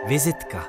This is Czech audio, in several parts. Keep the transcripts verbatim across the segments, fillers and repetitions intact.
Vizitka.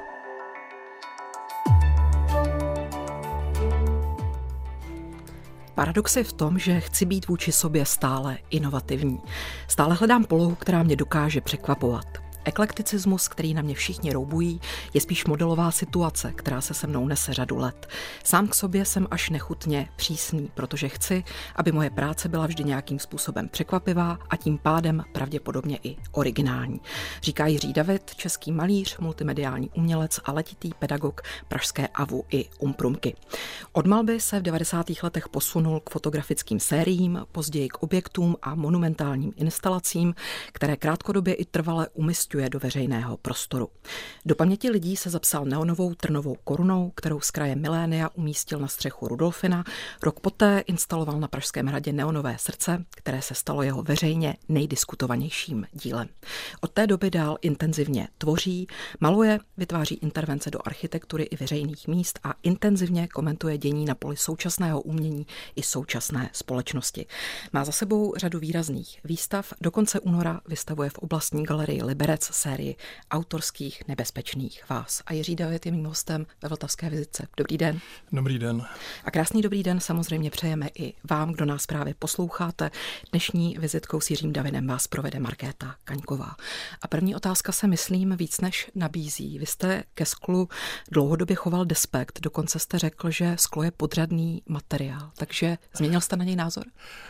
Paradox je v tom, že chci být vůči sobě stále inovativní. Stále hledám polohu, která mě dokáže překvapovat. Eklekticismus, který na mě všichni roubují, je spíš modelová situace, která se se mnou nese řadu let. Sám k sobě jsem až nechutně přísný, protože chci, aby moje práce byla vždy nějakým způsobem překvapivá a tím pádem pravděpodobně i originální. Říká Jiří David, český malíř, multimediální umělec a letitý pedagog pražské A V U i Umprumky. Od malby se v devadesátých letech posunul k fotografickým sériím, později k objektům a monumentálním instalacím, které krátkodobě i trvale umísťují do veřejného prostoru. Do paměti lidí se zapsal neonovou trnovou korunou, kterou z kraje milénia umístil na střechu Rudolfina. Rok poté instaloval na Pražském hradě neonové srdce, které se stalo jeho veřejně nejdiskutovanějším dílem. Od té doby dál intenzivně tvoří, maluje, vytváří intervence do architektury i veřejných míst a intenzivně komentuje dění na poli současného umění i současné společnosti. Má za sebou řadu výrazných výstav, do konce února vystavuje v oblastní galerii Liberec sérii autorských nebezpečných váz. A Jiří David je mým hostem ve Vltavské vizitce. Dobrý den. Dobrý den. A krásný dobrý den samozřejmě přejeme i vám, kdo nás právě posloucháte. Dnešní vizitkou s Jiřím Davidem vás provede Markéta Kaňková. A první otázka se, myslím, víc než nabízí. Vy jste ke sklu dlouhodobě choval despekt, dokonce jste řekl, že sklo je podřadný materiál. Takže změnil jste na něj názor?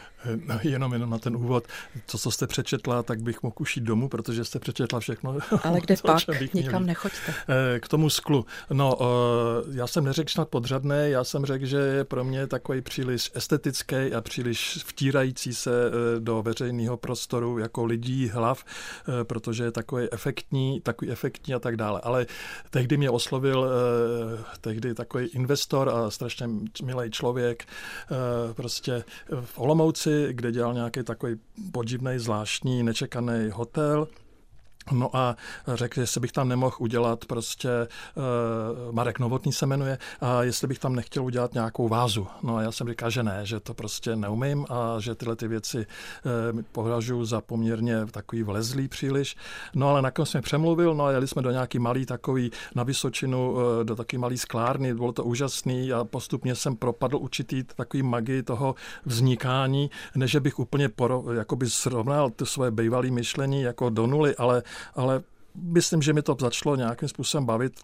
No, jenom, jenom na ten úvod. To, co jste přečetla, tak bych mohl už jít domů, protože jste přečetla všechno. Ale kde pak? Nikam nechoďte. K tomu sklu. No, já jsem neřekl snad podřadný, já jsem řekl, že je pro mě takový příliš estetický a příliš vtírající se do veřejného prostoru jako lidí, hlav, protože je takový efektní, takový efektní a tak dále. Ale tehdy mě oslovil tehdy takový investor a strašně milý člověk, prostě v Olomouci, kde dělal nějaký takový podivný, zvláštní, nečekaný hotel. No a řekl, jestli bych tam nemohl udělat prostě, uh, Marek Novotný se jmenuje, a jestli bych tam nechtěl udělat nějakou vázu. No a já jsem říkal, že ne, že to prostě neumím a že tyhle ty věci uh, považuji za poměrně takový vlezlý příliš. No ale nakonec jsme přemluvil, no a jeli jsme do nějaký malý takový na Vysočinu, uh, do takový malý sklárny, bylo to úžasný a postupně jsem propadl určitý takový magii toho vznikání, než bych úplně poro, jakoby srovnal ty svoje bývalé myšlení jako do nuly, ale ale myslím, že mi to začalo nějakým způsobem bavit,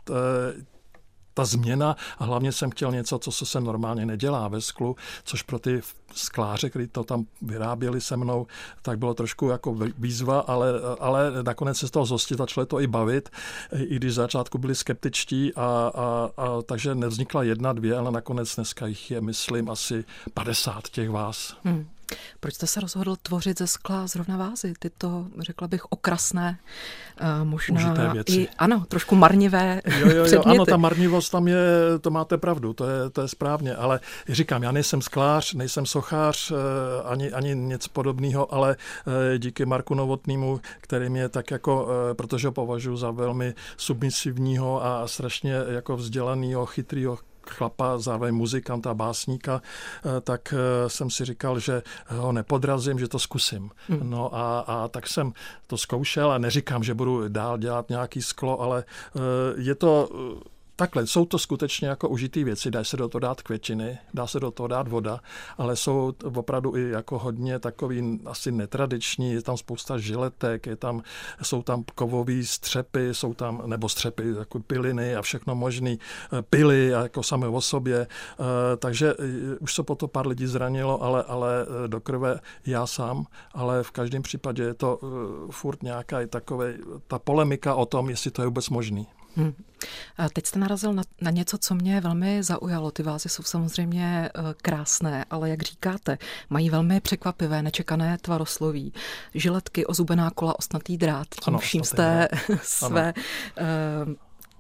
ta změna, a hlavně jsem chtěl něco, co se normálně nedělá ve sklu, což pro ty skláře, kteří to tam vyráběli se mnou, tak bylo trošku jako výzva, ale, ale nakonec se z toho zhostit, začalo to i bavit, i když v začátku byli skeptičtí, a, a, a takže nevznikla jedna, dvě, ale nakonec dneska jich je, myslím, asi padesát těch váz. Hmm. Proč jste se rozhodl tvořit ze skla zrovna vázy? Tyto, řekla bych, okrasné, možná i, ano, trošku marnivé jo, jo, jo, předměty. Ano, ta marnivost tam je, to máte pravdu, to je, to je správně, ale říkám, já nejsem sklář, nejsem sochář, ani, ani něco podobného, ale díky Marku Novotnému, který mě tak jako, protože ho považuji za velmi submisivního a strašně jako vzdělanýho, chytrýho chlapa, zároveň muzikanta, básníka, tak jsem si říkal, že ho nepodrazím, že to zkusím. Hmm. No a, a tak jsem to zkoušel a neříkám, že budu dál dělat nějaký sklo, ale je to takhle, jsou to skutečně jako užitý věci, dá se do toho dát květiny, dá se do toho dát voda, ale jsou opravdu i jako hodně takový asi netradiční, je tam spousta žiletek, je tam, jsou tam kovový střepy, jsou tam, nebo střepy, jako piliny a všechno možný, pily a jako samé o sobě, takže už se po to pár lidí zranilo, ale, ale do krve já sám, ale v každém případě je to furt nějaká taková ta polemika o tom, jestli to je vůbec možný. Hmm. Teď jste narazil na, na něco, co mě velmi zaujalo. Ty vázy jsou samozřejmě krásné, ale jak říkáte, mají velmi překvapivé, nečekané tvarosloví. Žiletky, ozubená kola, ostnatý drát. Tím ano, vším jste své uh,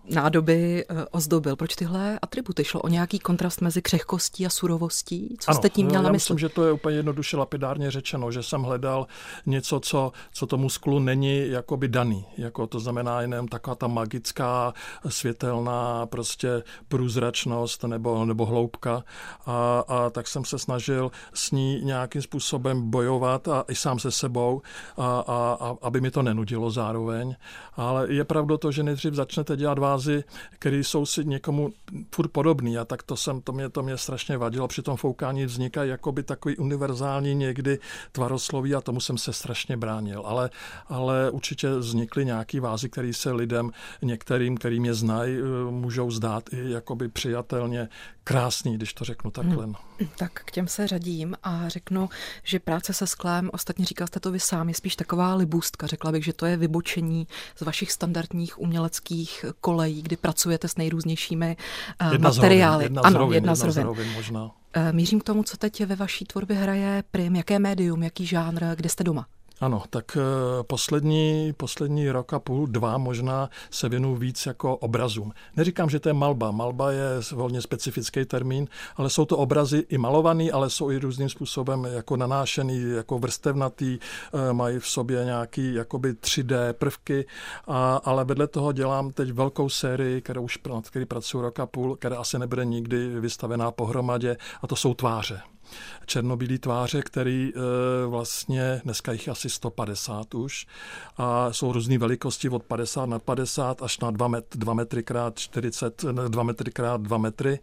nádoby ozdobil. Proč tyhle atributy? Šlo o nějaký kontrast mezi křehkostí a surovostí? Co ano, jste tím měl na mysli? Myslím, že to je úplně jednoduše lapidárně řečeno, že jsem hledal něco, co, co tomu sklu není jakoby daný. Jako to znamená jenom taková ta magická, světelná prostě průzračnost nebo, nebo hloubka. A, a tak jsem se snažil s ní nějakým způsobem bojovat a i sám se sebou, a, a, a aby mi to nenudilo zároveň. Ale je pravda to, že nejdřív začnete dělat vázy, které jsou si někomu furt podobný, a tak to jsem, to mě, to mě strašně vadilo. Při tom foukání vznikají jakoby takový univerzální někdy tvarosloví a tomu jsem se strašně bránil. Ale, ale určitě vznikly nějaký vázy, které se lidem, některým, kterým je znají, můžou zdát i jakoby přijatelně krásný, když to řeknu takhle. Hmm. Tak k těm se řadím a řeknu, že práce se sklem, ostatně říkal jste to vy sám, je spíš taková libůstka. Řekla bych, že to je vybočení z vašich standardních uměleckých kolejí, kdy pracujete s nejrůznějšími jedna materiály. Jedna ano, z rovin, jedna jedna z rovin. z rovin možná. Mířím k tomu, co teď ve vaší tvorbě hraje prim, jaké médium, jaký žánr, kde jste doma? Ano, tak poslední, poslední rok a půl, dva možná se věnuju víc jako obrazům. Neříkám, že to je malba. Malba je volně specifický termín, ale jsou to obrazy i malovaný, ale jsou i různým způsobem jako nanášený, jako vrstevnatý, mají v sobě nějaký jakoby tři dé prvky, a, ale vedle toho dělám teď velkou sérii, kterou už nad který pracuji rok a půl, která asi nebude nikdy vystavená pohromadě, a to jsou tváře. Černobílý tváře, který e, vlastně, dneska jich asi sto padesát už, a jsou různé velikosti od padesát na padesát až na dva metry krát čtyřicet, dva metry krát dva metry.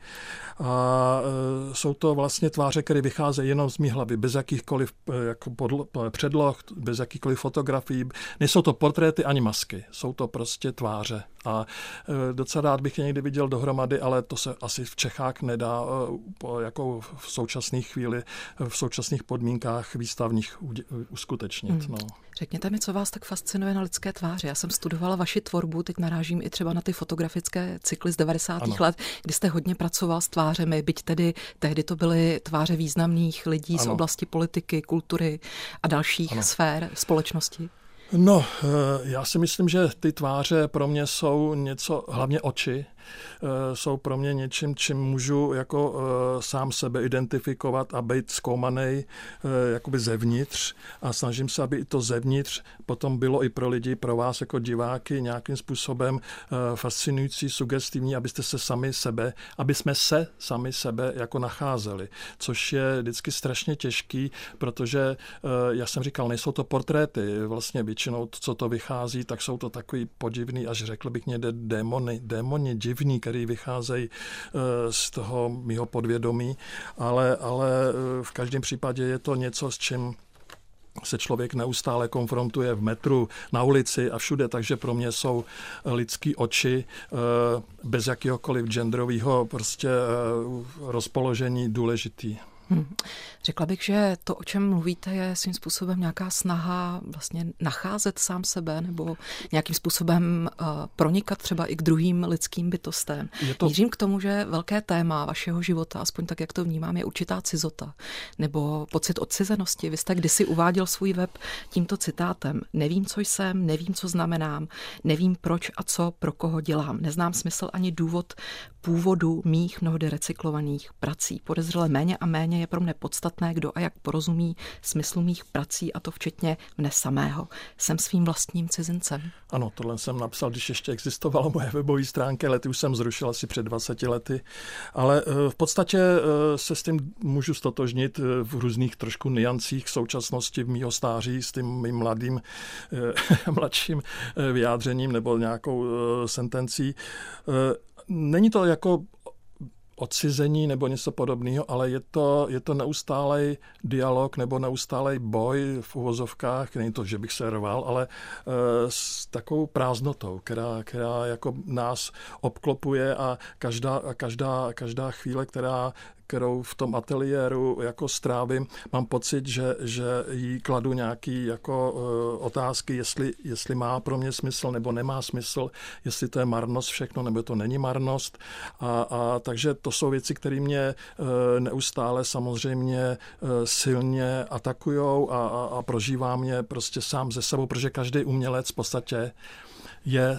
A e, jsou to vlastně tváře, které vycházejí jenom z mý hlavy, bez jakýchkoliv e, jako podlo, předloh, bez jakýchkoliv fotografií. Nejsou to portréty ani masky, jsou to prostě tváře. A e, docela rád bych je někdy viděl dohromady, ale to se asi v Čechách nedá e, jako v současných chvíli, v současných podmínkách výstavních uskutečnit. No. Řekněte mi, co vás tak fascinuje na lidské tváři. Já jsem studovala vaši tvorbu, teď narážím i třeba na ty fotografické cykly z devadesátých let, kdy jste hodně pracoval s tvářemi, byť tedy tehdy to byly tváře významných lidí ano. z oblasti politiky, kultury a dalších ano. sfér společnosti. No, já si myslím, že ty tváře pro mě jsou něco, hlavně oči, jsou pro mě něčím, čím můžu jako sám sebe identifikovat a být zkoumaný jakoby zevnitř, a snažím se, aby i to zevnitř potom bylo i pro lidi, pro vás jako diváky nějakým způsobem fascinující, sugestivní, abyste se sami sebe, aby jsme se sami sebe jako nacházeli, což je vždycky strašně těžký, protože, jak jsem říkal, nejsou to portréty, vlastně většinou, co to vychází, tak jsou to takový podivný, až řekl bych někde démony, démoni divný, který vycházejí z toho mýho podvědomí, ale, ale v každém případě je to něco, s čím se člověk neustále konfrontuje v metru, na ulici a všude, takže pro mě jsou lidský oči bez jakéhokoliv genderového prostě rozpoložení důležitý. Hmm. Řekla bych, že to, o čem mluvíte, je svým způsobem nějaká snaha vlastně nacházet sám sebe nebo nějakým způsobem uh, pronikat třeba i k druhým lidským bytostem. To... Mířím k tomu, že velké téma vašeho života, aspoň tak, jak to vnímám, je určitá cizota nebo pocit odcizenosti. Vy jste kdysi uváděl svůj web tímto citátem. Nevím, co jsem, nevím, co znamenám, nevím, proč a co pro koho dělám. Neznám smysl ani důvod původu mých mnohdy recyklovaných prací. Podezřele méně a méně je pro mne podstatné, kdo a jak porozumí smyslu mých prací, a to včetně mne samého. Jsem svým vlastním cizincem. Ano, tohle jsem napsal, když ještě existovala moje webové stránky, lety už jsem zrušil asi před dvaceti lety, ale v podstatě se s tím můžu stotožnit v různých trošku niancích současnosti v mýho stáří s tím mým mladým, mladším vyjádřením nebo nějakou sentencí. Není to jako odcizení nebo něco podobného, ale je to, je to neustálej dialog nebo neustálej boj v uvozovkách, není to, že bych se rval, ale uh, s takovou prázdnotou, která, která jako nás obklopuje, a každá, každá, každá chvíle, která kterou v tom ateliéru jako strávím, mám pocit, že, že jí kladu nějaký jako uh, otázky, jestli, jestli má pro mě smysl nebo nemá smysl, jestli to je marnost všechno, nebo to není marnost. A, a takže to jsou věci, které mě uh, neustále samozřejmě uh, silně atakujou a, a, a prožívám mě prostě sám ze sebou, protože každý umělec v podstatě je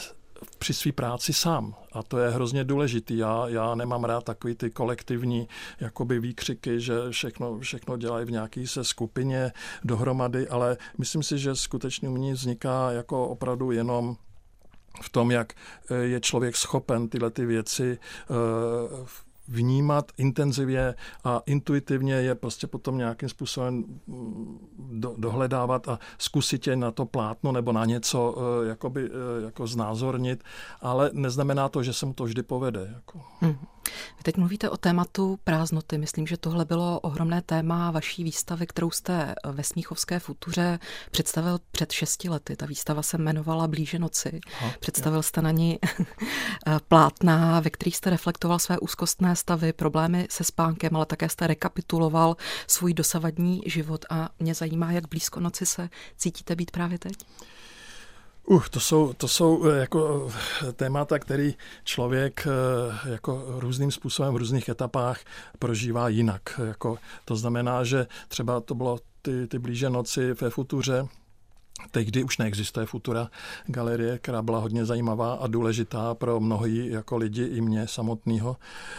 při své práci sám. A to je hrozně důležitý. Já, já nemám rád takový ty kolektivní jakoby výkřiky, že všechno, všechno dělají v nějaké se skupině dohromady, ale myslím si, že skutečně umění vzniká jako opravdu jenom v tom, jak je člověk schopen tyhle ty věci vnímat intenzivně a intuitivně je prostě potom nějakým způsobem do, dohledávat a zkusit je na to plátno nebo na něco jakoby, jako znázornit, ale neznamená to, že se mu to vždy povede. Jako. Hmm. Vy teď mluvíte o tématu prázdnoty. Myslím, že tohle bylo ohromné téma vaší výstavy, kterou jste ve Smíchovské futuře představil před šesti lety. Ta výstava se jmenovala Blíže noci. Aha, představil je. jste na ní plátna, ve kterých jste reflektoval své úzkostné stavy, problémy se spánkem, ale také jste rekapituloval svůj dosavadní život a mě zajímá, jak blízko noci se cítíte být právě teď? Uh, to jsou, to jsou jako témata, který člověk jako různým způsobem v různých etapách prožívá jinak. Jako, to znamená, že třeba to bylo ty, ty Blíže noci ve futuře, teď, kdy už neexistuje Futura galerie, která byla hodně zajímavá a důležitá pro mnohý jako lidi i mě samotného.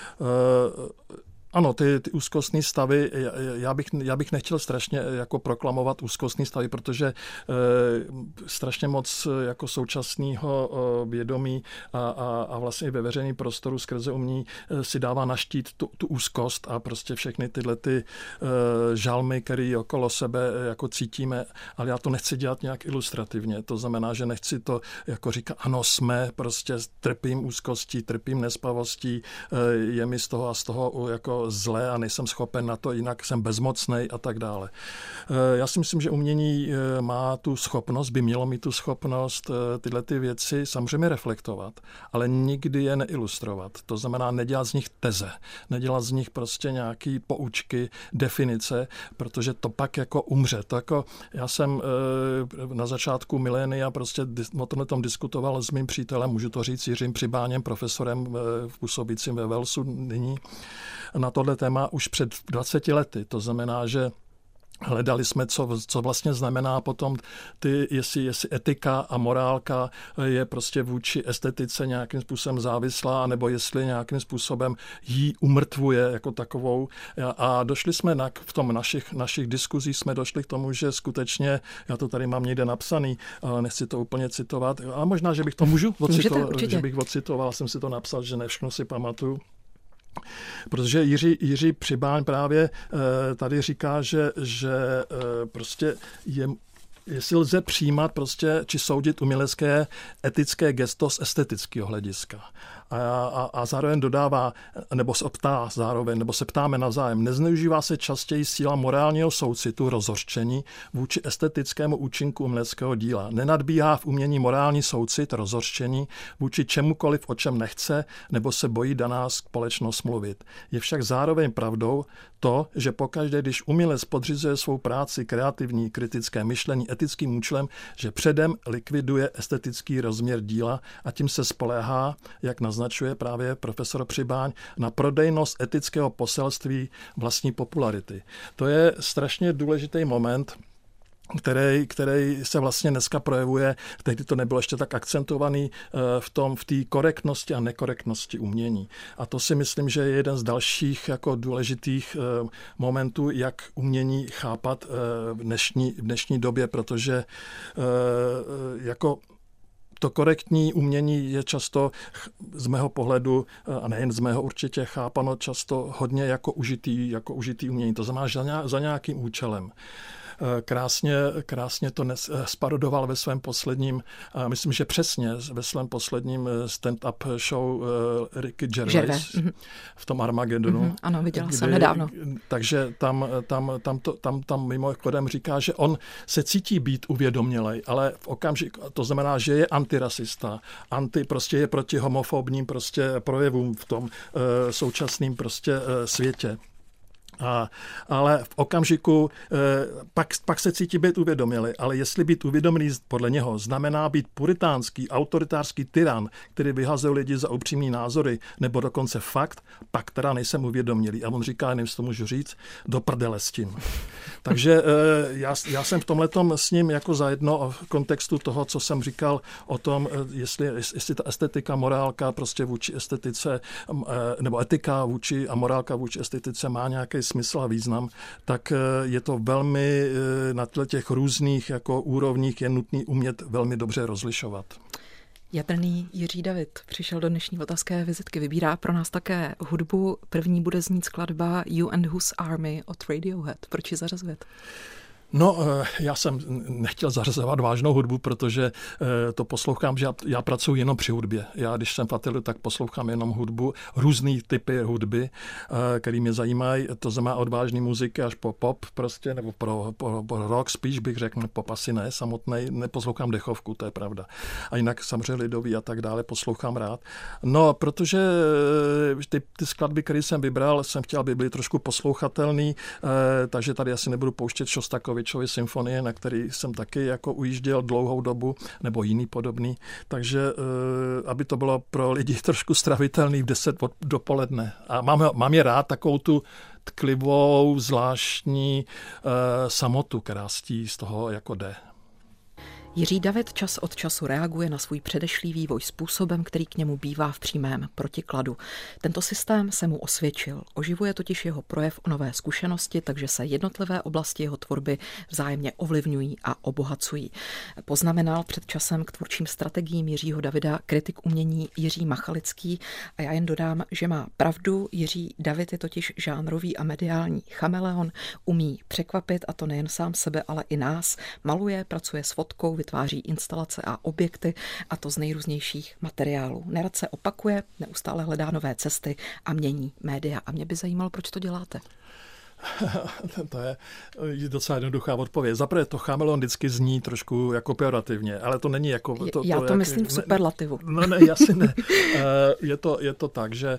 Ano, ty, ty úzkostné stavy, já bych, já bych nechtěl strašně jako proklamovat úzkostné stavy, protože e, strašně moc jako současného e, vědomí a, a, a vlastně ve veřejném prostoru skrze umění e, si dává na štít tu, tu úzkost a prostě všechny tyhle ty e, žalmy, které okolo sebe jako cítíme, ale já to nechci dělat nějak ilustrativně. To znamená, že nechci to jako říkat, ano, jsme, prostě trpím úzkostí, trpím nespavostí, e, je mi z toho a z toho jako zlé a nejsem schopen na to, jinak jsem bezmocnej a tak dále. Já si myslím, že umění má tu schopnost, by mělo mít tu schopnost tyhle ty věci samozřejmě reflektovat, ale nikdy je neilustrovat. To znamená nedělat z nich teze, nedělat z nich prostě nějaký poučky, definice, protože to pak jako umře. To jako, já jsem na začátku milénia prostě o tomhle tom diskutoval s mým přítelem, můžu to říct, Jiřím Přibáněm, profesorem působícím ve Walesu nyní, na tohle téma už před dvaceti lety. To znamená, že hledali jsme, co, co vlastně znamená potom, ty, jestli, jestli etika a morálka je prostě vůči estetice nějakým způsobem závislá, nebo jestli nějakým způsobem jí umrtvuje jako takovou. A došli jsme na, v tom našich, našich diskuzích jsme došli k tomu, že skutečně, já to tady mám někde napsaný, ale nechci to úplně citovat, a možná, že bych to můžu ocitovat, že bych ocitoval, jsem si to napsal, že ne všechno si pamatuju. Protože Jiří, Jiří Přibáň právě tady říká, že, že prostě je, jestli lze přijímat prostě, či soudit umělecké etické gesto z estetického hlediska. A, a, a zároveň dodává, nebo se ptá zároveň, nebo se ptáme navzájem, nezneužívá se častěji síla morálního soucitu, rozhořčení vůči estetickému účinku uměleckého díla. Nenadbíhá v umění morální soucit, rozhořčení vůči čemukoliv, o čem nechce, nebo se bojí daná společnost mluvit. Je však zároveň pravdou to, že pokaždé, když umělec podřizuje svou práci kreativní, kritické myšlení etickým účelem, že předem likviduje estetický rozměr díla a tím se spoléhá, jak naznačuje právě profesor Přibáň, na prodejnost etického poselství vlastní popularity. To je strašně důležitý moment, Který, který se vlastně dneska projevuje, tehdy to nebylo ještě tak akcentovaný v tom, v té korektnosti a nekorektnosti umění. A to si myslím, že je jeden z dalších jako důležitých momentů, jak umění chápat v dnešní, v dnešní době, protože jako to korektní umění je často z mého pohledu, a nejen z mého určitě, chápano často hodně jako užitý, jako užitý umění. To znamená, že za nějakým účelem. Krásně, krásně to sparodoval ve svém posledním, myslím, že přesně ve svém posledním stand-up show Ricky Gervais, Gervais. v tom Armagedonu. Mm-hmm. Ano, viděla kdy, jsem nedávno. Takže tam, tam, tam, to, tam, tam mimochodem říká, že on se cítí být uvědomělej, ale v okamžiku, to znamená, že je antirasista, anti, prostě je proti homofobním prostě projevům v tom uh, současném prostě uh, světě. A, ale v okamžiku eh, pak, pak se cítí být uvědomili, ale jestli být uvědomilý podle něho znamená být puritánský, autoritářský tyran, který vyhazuje lidi za upřímný názory, nebo dokonce fakt, pak teda nejsem uvědomilý. A on říká, nevím, to můžu říct, do prdele s tím. Takže eh, já, já jsem v tomhletom s ním jako zajedno v kontextu toho, co jsem říkal o tom, jestli, jestli ta estetika, morálka prostě vůči estetice, eh, nebo etika vůči a morálka vůči estetice má nějaký smysl a význam, tak je to velmi na těch různých jako úrovních je nutný umět velmi dobře rozlišovat. Jadrný Jiří David přišel do dnešní Vltavské vizitky, vybírá pro nás také hudbu. První bude znít skladba You and Whose Army od Radiohead. Proč ji zařazujete? No, já jsem nechtěl zařazovat vážnou hudbu, protože to poslouchám, že já, já pracuji jenom při hudbě. Já, když jsem v ateliéru, tak poslouchám jenom hudbu, různý typy hudby, které mě zajímají. To znamená od vážné muziky až po pop prostě, nebo pro, pro, pro rock spíš bych řekl, pop asi ne, samotnej, neposlouchám dechovku, to je pravda. A jinak samozřejmě lidový a tak dále poslouchám rád. No, protože ty, ty skladby, které jsem vybral, jsem chtěl, aby byly trošku poslouchatelný, takže tady asi nebudu pouštět Šostakovič symfonie, na který jsem taky jako ujížděl dlouhou dobu, nebo jiný podobný. Takže aby to bylo pro lidi trošku stravitelný v deset dopoledne. A mám, mám je rád takovou tu tklivou, zvláštní uh, samotu, která z z toho jako jde. Jiří David čas od času reaguje na svůj předešlý vývoj způsobem, který k němu bývá v přímém protikladu. Tento systém se mu osvědčil. Oživuje totiž jeho projev o nové zkušenosti, takže se jednotlivé oblasti jeho tvorby vzájemně ovlivňují a obohacují. Poznamenal před časem k tvůrčím strategiím Jiřího Davida kritik umění Jiří Machalický a já jen dodám, že má pravdu. Jiří David je totiž žánrový a mediální chameleon, umí překvapit a to nejen sám sebe, ale i nás. Maluje, pracuje s fotkou, vytváří instalace a objekty a to z nejrůznějších materiálů. Nerad se opakuje, neustále hledá nové cesty a mění média. A mě by zajímalo, proč to děláte. To je docela jednoduchá odpověď. Zaprvé to chameleon vždycky zní trošku jako pejorativně, ale to není jako... To, Já to, to myslím jak, v superlativu. No ne, asi ne. Je to, je to tak, že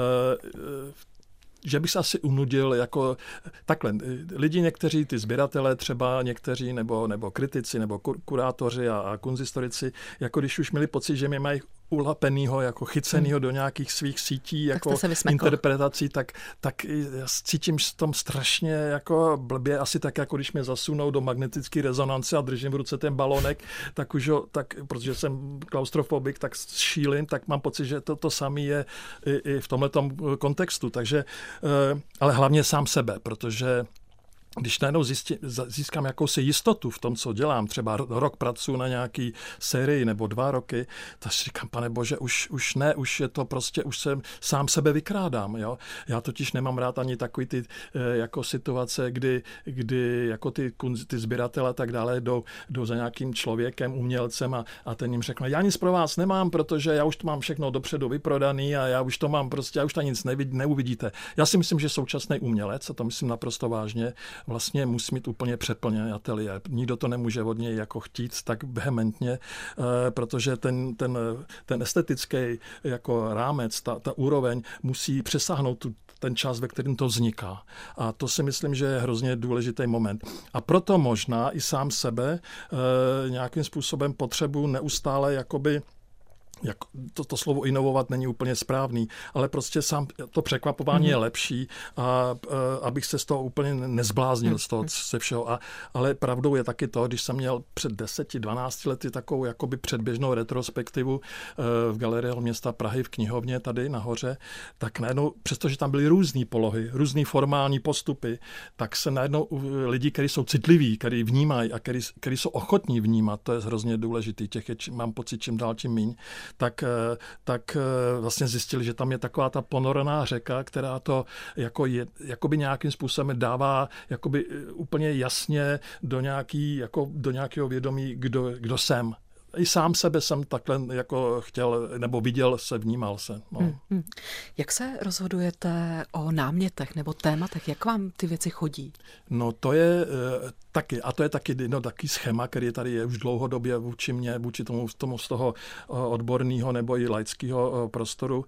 že bych se asi unudil jako takhle. Lidi někteří, ty sběratelé třeba někteří, nebo, nebo kritici, nebo kurátoři a, a kunzistorici, jako když už měli pocit, že mě mají ulapenýho, jako chycenýho hmm. do nějakých svých sítí, jako interpretací, tak, tak já cítím v tom strašně jako blbě, asi tak, jako když mě zasunou do magnetické rezonance a držím v ruce ten balonek, tak už ho, tak, protože jsem klaustrofobik, tak šílim, tak mám pocit, že to, to samé je i, i v tomhletom kontextu. Takže, ale hlavně sám sebe, protože když najednou zjistí, získám jakousi jistotu v tom, co dělám, třeba rok pracuji na nějaký sérii nebo dva roky, tak si říkám, pane bože, už, už ne, už je to prostě, už jsem sám sebe vykrádám. Jo? Já totiž nemám rád ani takový ty jako situace, kdy, kdy jako ty, ty sběratele a tak dále jdou, jdou za nějakým člověkem, umělcem a, a ten jim řekne, já nic pro vás nemám, protože já už to mám všechno dopředu vyprodaný a já už to mám prostě, já už to nic nevidí, neuvidíte. Já si myslím, že současný umělec, a to myslím naprosto vážně, vlastně musí mít úplně přeplněný ateliér. Nikdo to nemůže od něj jako chtít tak vehementně, protože ten, ten, ten estetický jako rámec, ta, ta úroveň musí přesáhnout tu, ten čas, ve kterém to vzniká. A to si myslím, že je hrozně důležitý moment. A proto možná i sám sebe nějakým způsobem potřebuji neustále jakoby Jak to, to slovo inovovat není úplně správný, ale prostě sám to překvapování mm. je lepší, a, a abych se z toho úplně nezbláznil, z toho se všeho. A, ale pravdou je taky to, když jsem měl před deseti, dvanácti lety takovou jakoby předběžnou retrospektivu v Galerii města Prahy v knihovně tady nahoře, tak najednou, přestože tam byly různé polohy, různé formální postupy, tak se najednou lidi, kteří jsou citliví, kteří vnímají a kteří jsou ochotní vnímat, to je hrozně důležitý, těch je, mám pocit, čím dál tím míň, tak, tak vlastně zjistili, že tam je taková ta ponorená řeka, která to jako je, jakoby nějakým způsobem dává jakoby úplně jasně do, nějaký, jako do nějakého vědomí, kdo, kdo jsem. i sám sebe jsem takhle jako chtěl, nebo viděl se, vnímal se. No. Hmm, hmm. Jak se rozhodujete o námětech nebo tématech? Jak vám ty věci chodí? No to je uh, taky, a to je taky no, taky schéma, který tady je už dlouhodobě vůči mě, vůči tomu, tomu z toho uh, odborného nebo i laického uh, prostoru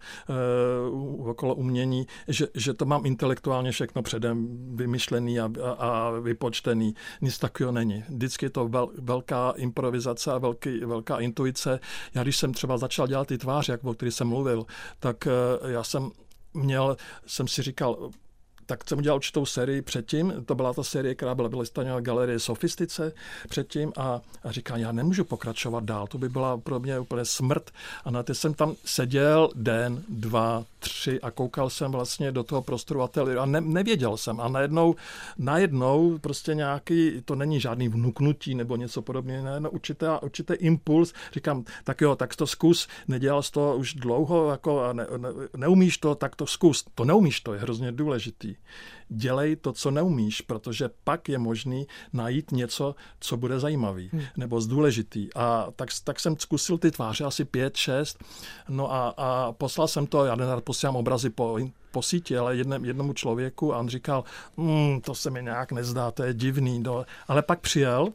uh, okolo umění, že, že to mám intelektuálně všechno předem vymyšlený a, a, a vypočtený. Nic takového není. Vždycky je to vel, velká improvizace a velký, velká intuice. Já když jsem třeba začal dělat ty tváře, jak o kterých jsem mluvil, tak uh, já jsem měl, jsem si říkal, tak jsem udělal určitou sérii předtím, to byla ta série, která byla vystavěna v galerii Sofistice předtím a, a říkal, já nemůžu pokračovat dál, to by byla pro mě úplně smrt. A na ty jsem tam seděl den, dva, tři a koukal jsem vlastně do toho prostoru ateliéru a ne, nevěděl jsem. A najednou, najednou prostě nějaký, to není žádný vnuknutí nebo něco podobného, najednou určitý, určitý impuls, říkám, tak jo, tak to zkus, nedělal jsi to už dlouho jako a ne, ne, neumíš to, tak to zkus. To neumíš, to je hrozně důležitý. Dělej to, co neumíš, protože pak je možný najít něco, co bude zajímavý hmm. nebo důležitý. A tak, tak jsem zkusil ty tváře, asi pět, šest, no a, a poslal jsem to, já nerad posílám obrazy po, po síti, ale jednem, jednomu člověku a on říkal, mm, to se mi nějak nezdá, to je divný. No. Ale pak přijel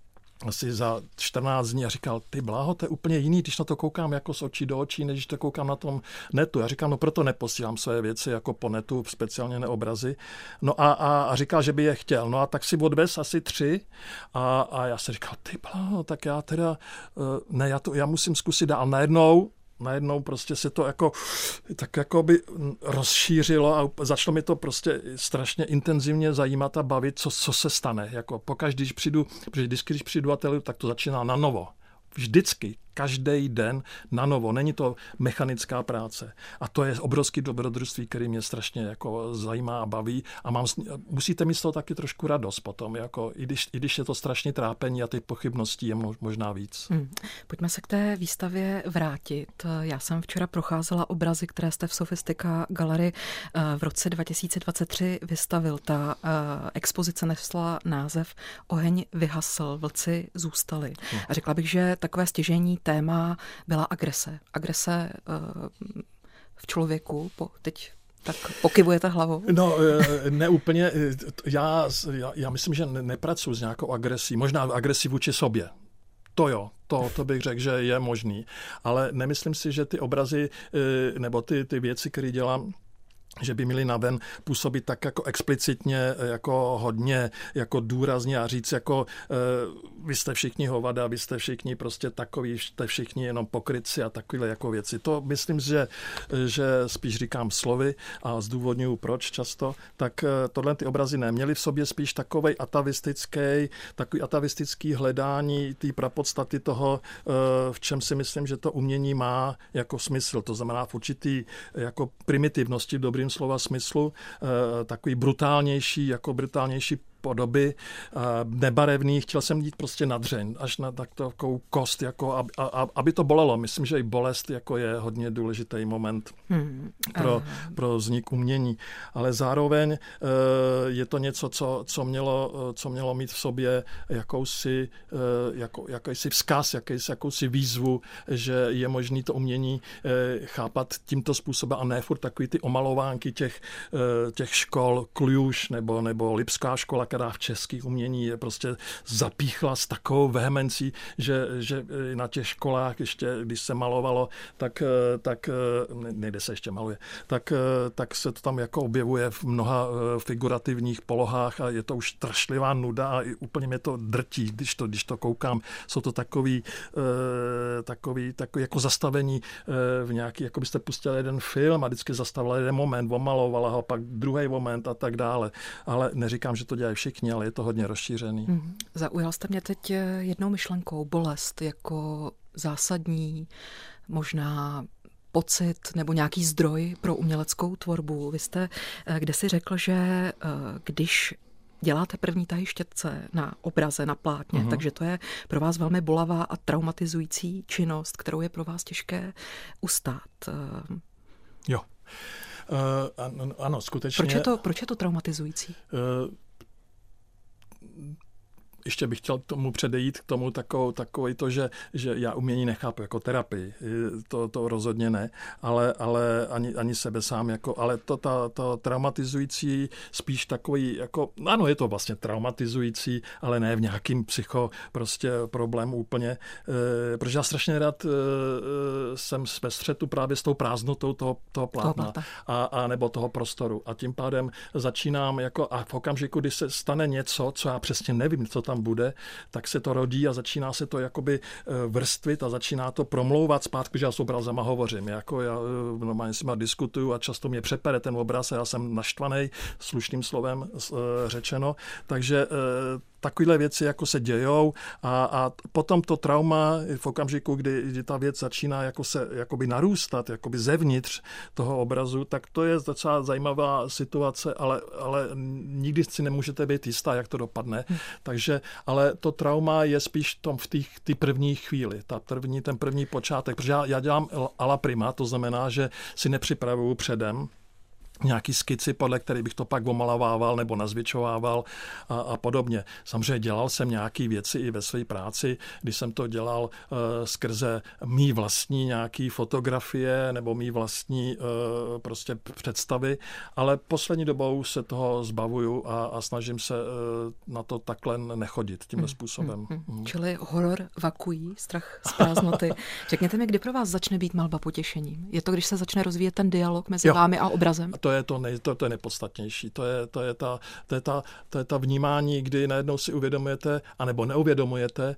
asi za čtrnáct dní a říkal, ty bláho, to je úplně jiný, když na to koukám jako z očí do očí, než když to koukám na tom netu. Já říkám, no proto neposílám své věci jako po netu, speciálně neobrazy. No a, a, a říkal, že by je chtěl. No a tak si odvez asi tři a, a já si říkal, ty bláho, tak já teda, ne, já, to, já musím zkusit dál. Najednou najednou prostě se to jako tak jako by rozšířilo a začalo mi to prostě strašně intenzivně zajímat a bavit, co, co se stane. Jako pokaždý, když přijdu, protože vždycky, když přijdu ateliéru, tak to začíná na novo. Vždycky, každý den na novo. Není to mechanická práce. A to je obrovský dobrodružství, který mě strašně jako zajímá a baví. A mám, musíte mít z toho taky trošku radost potom. Jako, i, když, I když je to strašně trápení a těch pochybností je možná víc. Hmm. Pojďme se k té výstavě vrátit. Já jsem včera procházela obrazy, které jste v Sofistika Gallery v roce dva tisíce dvacet tři vystavil. Ta expozice nesla název Oheň vyhasl, vlci zůstali. Hmm. A řekla bych, že takové stěžejní téma byla agrese. Agrese uh, v člověku. Po, teď tak pokyvujete hlavou. No, neúplně. Já, já, já myslím, že nepracuji s nějakou agresí. Možná agresí vůči sobě. To jo, to, to bych řekl, že je možný. Ale nemyslím si, že ty obrazy nebo ty, ty věci, které dělám, že by měli naven působit tak jako explicitně, jako hodně, jako důrazně a říct jako uh, vy jste všichni hovada, vy jste všichni prostě takový, jste všichni jenom pokrytci a takovýhle jako věci. To myslím, že, že spíš říkám slovy a zdůvodňuju proč často, tak uh, tohle ty obrazy neměly v sobě spíš takovej atavistický, takový atavistický hledání té prapodstaty toho, uh, v čem si myslím, že to umění má jako smysl. To znamená v určitý jako primitivnosti v dobrým slova smyslu, takový brutálnější, jako brutálnější podoby, nebarevný, chtěl jsem jít prostě na dřeň, až na takovou kost, jako, aby, aby to bolelo. Myslím, že i bolest jako je hodně důležitý moment hmm. pro, pro vznik umění. Ale zároveň je to něco, co, co, mělo, co mělo mít v sobě jakousi, jako, jakýsi vzkaz, jakýsi, jakousi výzvu, že je možné to umění chápat tímto způsobem a ne furt takový ty omalovánky těch, těch škol, Kluž nebo, nebo Lipská škola, která v českých umění je prostě zapíchla s takovou vehemencí, že, že na těch školách ještě, když se malovalo, tak, tak nejde se ještě maluje, tak, tak se to tam jako objevuje v mnoha figurativních polohách a je to už strašlivá nuda a úplně mě to drtí, když to, když to koukám. Jsou to takový, takový, takový jako zastavení v nějaký, jako byste pustili jeden film a vždycky zastavila jeden moment, omalovala ho, pak druhý moment a tak dále. Ale neříkám, že to dělají všichni, ale je to hodně rozšířený. Hmm. Zaujal jste mě teď jednou myšlenkou, bolest jako zásadní, možná pocit nebo nějaký zdroj pro uměleckou tvorbu. Vy jste kdesi řekl, že když děláte první tahy štětce na obraze, na plátně, mm-hmm. takže to je pro vás velmi bolavá a traumatizující činnost, kterou je pro vás těžké ustát. Jo. Uh, ano, ano, skutečně. Proč je to, proč je to traumatizující? Uh, ještě bych chtěl tomu předejít k tomu takovou, takový to, že, že já umění nechápu jako terapii. To, to rozhodně ne, ale, ale ani, ani sebe sám. Jako, ale to, ta, to traumatizující spíš takový, jako, ano, je to vlastně traumatizující, ale ne v nějakým psycho prostě problému úplně. E, protože já strašně rád e, jsem ve střetu právě s tou prázdnotou toho, toho plátna a, a nebo toho prostoru. A tím pádem začínám jako, a v okamžiku, kdy se stane něco, co já přesně nevím, co tam bude, tak se to rodí a začíná se to jakoby vrstvit a začíná to promlouvat zpátky, že já s obrazama hovořím. Jako já normálně s nima diskutuju a často mě přepere ten obraz a já jsem naštvaný, slušným slovem řečeno. Takže takovéhle věci jako se dějou a, a potom to trauma v okamžiku, kdy, kdy ta věc začíná jako se jakoby narůstat, jakoby zevnitř toho obrazu, tak to je docela zajímavá situace, ale, ale nikdy si nemůžete být jistá, jak to dopadne. Hmm. Takže, ale to trauma je spíš tom v té první chvíli, ta první, ten první počátek, protože já, já dělám a la prima, to znamená, že si nepřipravuju předem nějaký skici, podle kterých bych to pak omalovával nebo nazvětšovával a, a podobně. Samozřejmě dělal jsem nějaké věci i ve své práci, když jsem to dělal uh, skrze mý vlastní nějaké fotografie nebo mý vlastní uh, prostě představy, ale poslední dobou se toho zbavuju a, a snažím se uh, na to takhle nechodit tímhle hmm, způsobem. Hmm, hmm. Čili horor vakuí, strach z prázdnoty. Řekněte mi, kdy pro vás začne být malba potěšením? Je to, když se začne rozvíjet ten dialog mezi jo. vámi a obrazem? To je to, nej, to, to je nejpodstatnější. To je, to, je ta, to, je ta, to je ta vnímání, kdy najednou si uvědomujete, anebo neuvědomujete,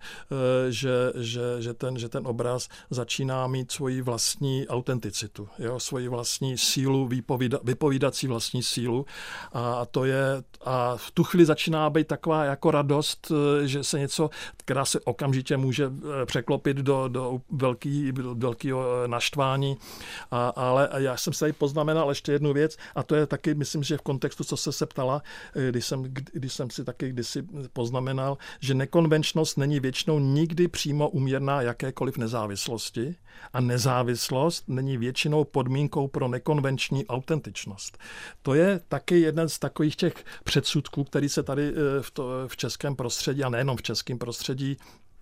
že, že, že, ten, že ten obraz začíná mít svoji vlastní autenticitu, jo? Svoji vlastní sílu, vypovída, vypovídací vlastní sílu. A, to je, a v tu chvíli začíná být taková jako radost, že se něco, která se okamžitě může překlopit do, do velký, velkého naštvání. A, ale já jsem se tady poznamenal ještě jednu věc, a to je taky, myslím, že v kontextu, co se se ptala, když jsem, když jsem si taky kdysi poznamenal, že nekonvenčnost není většinou nikdy přímo úměrná jakékoliv nezávislosti a nezávislost není většinou podmínkou pro nekonvenční autentičnost. To je taky jeden z takových těch předsudků, který se tady v, to, v českém prostředí, a nejenom v českém prostředí,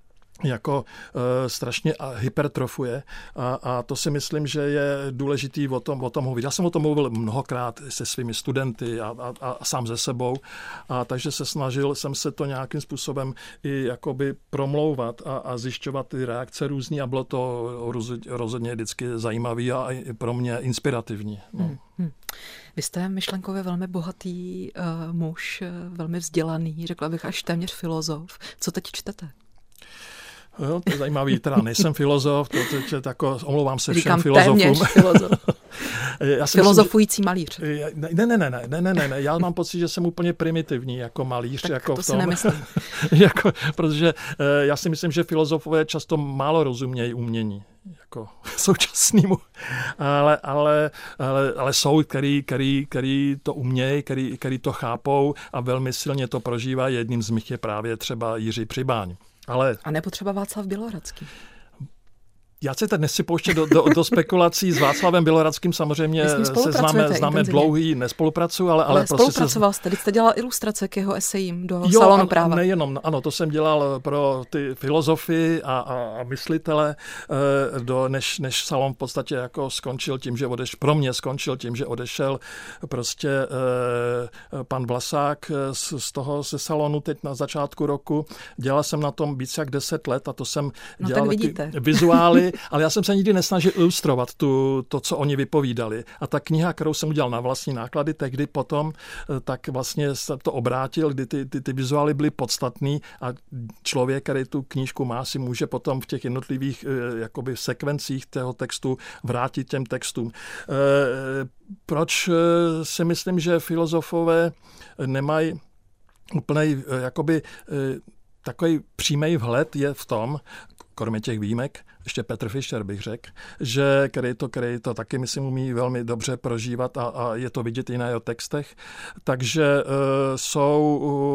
jako e, strašně hypertrofuje a, a to si myslím, že je důležitý o tom, o tom mluvit. Já jsem o tom mluvil mnohokrát se svými studenty a, a, a sám ze sebou, a takže se snažil jsem se to nějakým způsobem i jakoby promlouvat a, a zjišťovat ty reakce různý a bylo to rozhodně vždycky zajímavý a i pro mě inspirativní. No. Hmm, hmm. Vy jste myšlenkově velmi bohatý uh, muž, velmi vzdělaný, řekla bych až téměř filozof. Co teď čtete? Jo, to je zajímavý, teda nejsem filozof, to teď je tako, omlouvám se Říkám všem filozofům. Téměř filozof. Já Filozofující myslím, malíř. Ne, ne, ne, ne, ne, ne, ne, ne, já mám pocit, že jsem úplně primitivní jako malíř. Tak jako to v si tom. nemyslím. jako, protože já si myslím, že filozofové často málo rozumějí umění jako současnému, ale, ale, ale, ale jsou, který, který, který to umějí, který, který to chápou a velmi silně to prožívají. Jedním z nich je právě třeba Jiří Přibáň. Ale... A nepotřeba Václav Bělohradský. Já se teď nechci pouštět do, do, do spekulací s Václavem Bělohradským, samozřejmě se známe, známe dlouhý nespolupracuju, ale... Ale, ale spolupracoval prostě jste, teď jste dělal ilustrace k jeho esejím do jo, Salonu a, práva. Nejenom, ano, to jsem dělal pro ty filozofy a, a, a myslitele, do, než, než Salon v podstatě jako skončil tím, že odešel, pro mě skončil tím, že odešel prostě eh, pan Vlasák z, z toho se Salonu teď na začátku roku. Dělal jsem na tom víc jak deset let a to jsem no, dělal vizuály, ale já jsem se nikdy nesnažil ilustrovat tu, to, co oni vypovídali. A ta kniha, kterou jsem udělal na vlastní náklady, tehdy potom, tak vlastně se to obrátil, kdy ty, ty, ty vizuály byly podstatný a člověk, který tu knížku má, si může potom v těch jednotlivých jakoby sekvencích toho textu vrátit těm textům. Proč si myslím, že filozofové nemají úplnej jakoby takový přímý vhled je v tom, kromě těch výjimek, ještě Petr Fischer bych řekl, že který to, který to taky, myslím, umí velmi dobře prožívat a, a je to vidět i na jeho textech. Takže uh, jsou,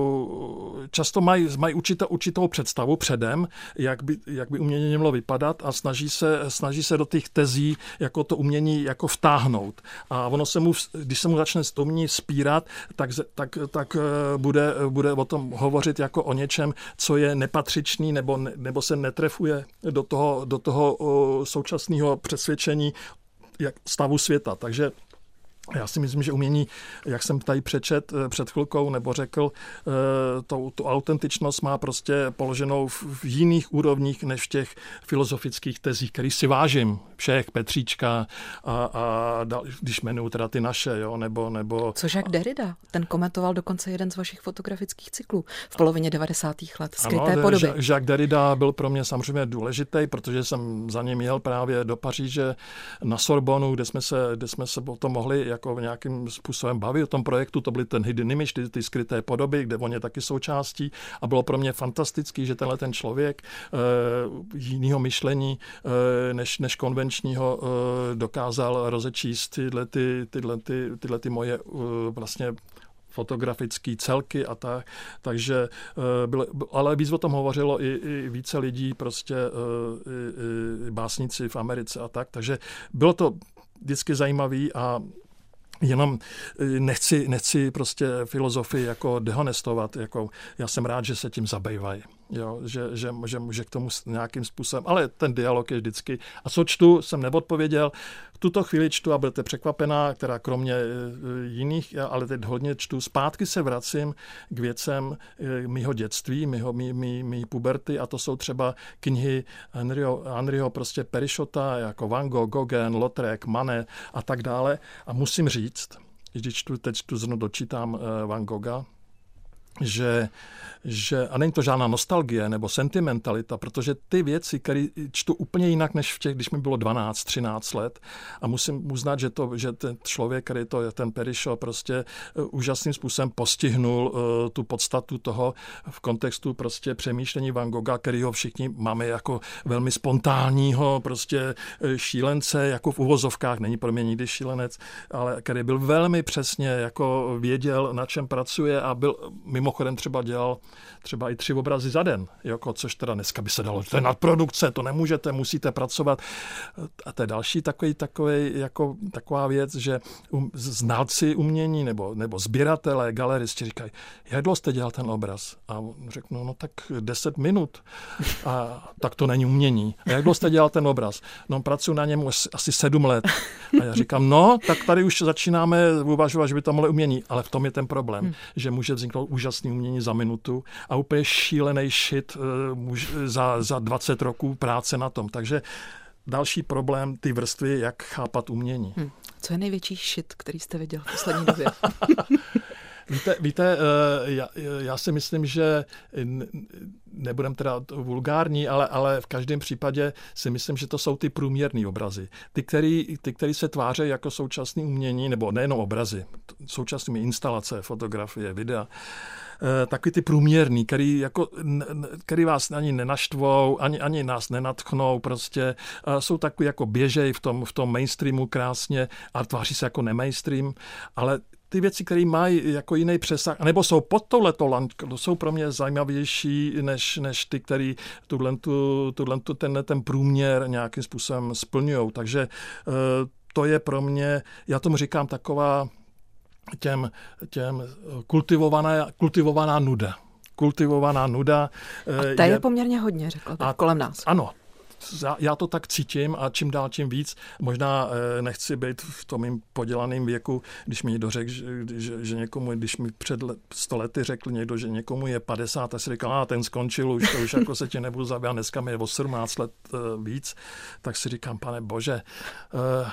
uh, často mají, mají určitou, určitou představu předem, jak by, jak by umění mělo vypadat a snaží se, snaží se do těch tezí jako to umění jako vtáhnout. A ono se mu, když se mu začne to umění spírat, tak, tak, tak bude, bude o tom hovořit jako o něčem, co je nepatřičný nebo, nebo se netrefuje do toho, do toho současného přesvědčení jak stavu světa. Takže já si myslím, že umění, jak jsem tady přečet před chvilkou nebo řekl, tu, tu autentičnost má prostě položenou v jiných úrovních než v těch filozofických tezích, který si vážím. Všech, Petříčka a, a když jmenuju teda ty naše, jo, nebo... nebo Co Jacques Derrida? Ten komentoval dokonce jeden z vašich fotografických cyklů v polovině devadesátých let. Skryté ano, podoby. Jacques Derrida byl pro mě samozřejmě důležitý, protože jsem za ním jel právě do Paříže na Sorbonu, kde jsme se, kde jsme se o tom mohli jako nějakým způsobem bavit o tom projektu. To byly ten hidden image, ty, ty skryté podoby, kde on je taky součástí a bylo pro mě fantastický, že tenhle ten člověk e, jinýho myšlení e, než, než konvenčního e, dokázal rozečíst tyhle, ty, tyhle, ty, tyhle ty moje e, vlastně fotografické celky a tak. Takže bylo, ale víc o tom hovořilo i, i více lidí, prostě i, i básníci v Americe a tak. Takže bylo to vždycky zajímavý a jenom nechci, nechci prostě filozofii jako dehonestovat. Jako, já jsem rád, že se tím zabývají. Jo, že, že, že může k tomu nějakým způsobem, ale ten dialog je vždycky. A co čtu, jsem neodpověděl. V tuto chvíli čtu a budete překvapená, která kromě jiných, ale teď hodně čtu. Zpátky se vracím k věcem mýho dětství, mýho, mý, mý, mý puberty a to jsou třeba knihy Henryho, Henryho prostě Perichota, jako Van Gogh, Gauguin, Lautrec, Manet a tak dále. A musím říct, když čtu, teď čtu zrovna dočítám Van Gogha, Že, že, a není to žádná nostalgie nebo sentimentalita, protože ty věci, které čtu úplně jinak, než v těch, když mi bylo dvanáct třináct let a musím uznat, že, to, že ten člověk, který to je, ten Perichot, prostě úžasným způsobem postihnul uh, tu podstatu toho v kontextu prostě přemýšlení Van Gogha, kterýho všichni máme jako velmi spontánního prostě šílence, jako v uvozovkách, není pro mě nikdy šílenec, ale který byl velmi přesně, jako věděl, na čem pracuje a byl mimochodem třeba dělal třeba i tři obrazy za den, jako, což teda dneska by se dalo, to je nadprodukce, to nemůžete, musíte pracovat. A to je další takový, takový, jako, taková věc, že um, znalci umění nebo, nebo sběratelé, galeristi říkají, jak dlouho jste dělal ten obraz? A řeknu, no tak deset minut. A tak to není umění. A jak dlouho jste dělal ten obraz? No pracuji na něm asi sedm let. A já říkám, no, tak tady už začínáme uvažovat, že by to mohlo umění, ale v tom je ten problém, hmm. že může vzniknout úžasný umění za minutu a úplně šílený shit uh, za, za dvacet roků práce na tom. Takže další problém, ty vrstvy, jak chápat umění. Hmm. Co je největší shit, který jste viděl v poslední době? Víte, víte já, já si myslím, že nebudem teda vulgární, ale, ale v každém případě si myslím, že to jsou ty průměrné obrazy. Ty, který, ty, který se tváří jako současné umění, nebo nejenom obrazy, současné instalace, fotografie, videa, takový ty průměrný, který, jako, který vás ani nenaštvou, ani, ani nás nenatchnou, prostě jsou takový jako běžej v tom, v tom mainstreamu krásně a tváří se jako nemainstream, ale ty věci, které mají jako jiný přesah, nebo jsou pod touhleto laňkou, jsou pro mě zajímavější, než, než ty, který tuto, ten, ten průměr nějakým způsobem splňují. Takže to je pro mě, já tomu říkám taková těm, těm kultivovaná, kultivovaná nuda. Kultivovaná nuda. A ta je, je poměrně hodně, řekl bych, kolem nás. Ano. Já to tak cítím a čím dál tím víc. Možná nechci být v tom mým podělaném věku, když mi někdo řekl, že, že, že někomu, když mi před sto lety řekl někdo, že někomu je padesát, a si říkal, a ten skončil, už to už jako se tě nebudu zabývat, dneska mi je o sedmnáct let víc, tak si říkám, pane bože, uh,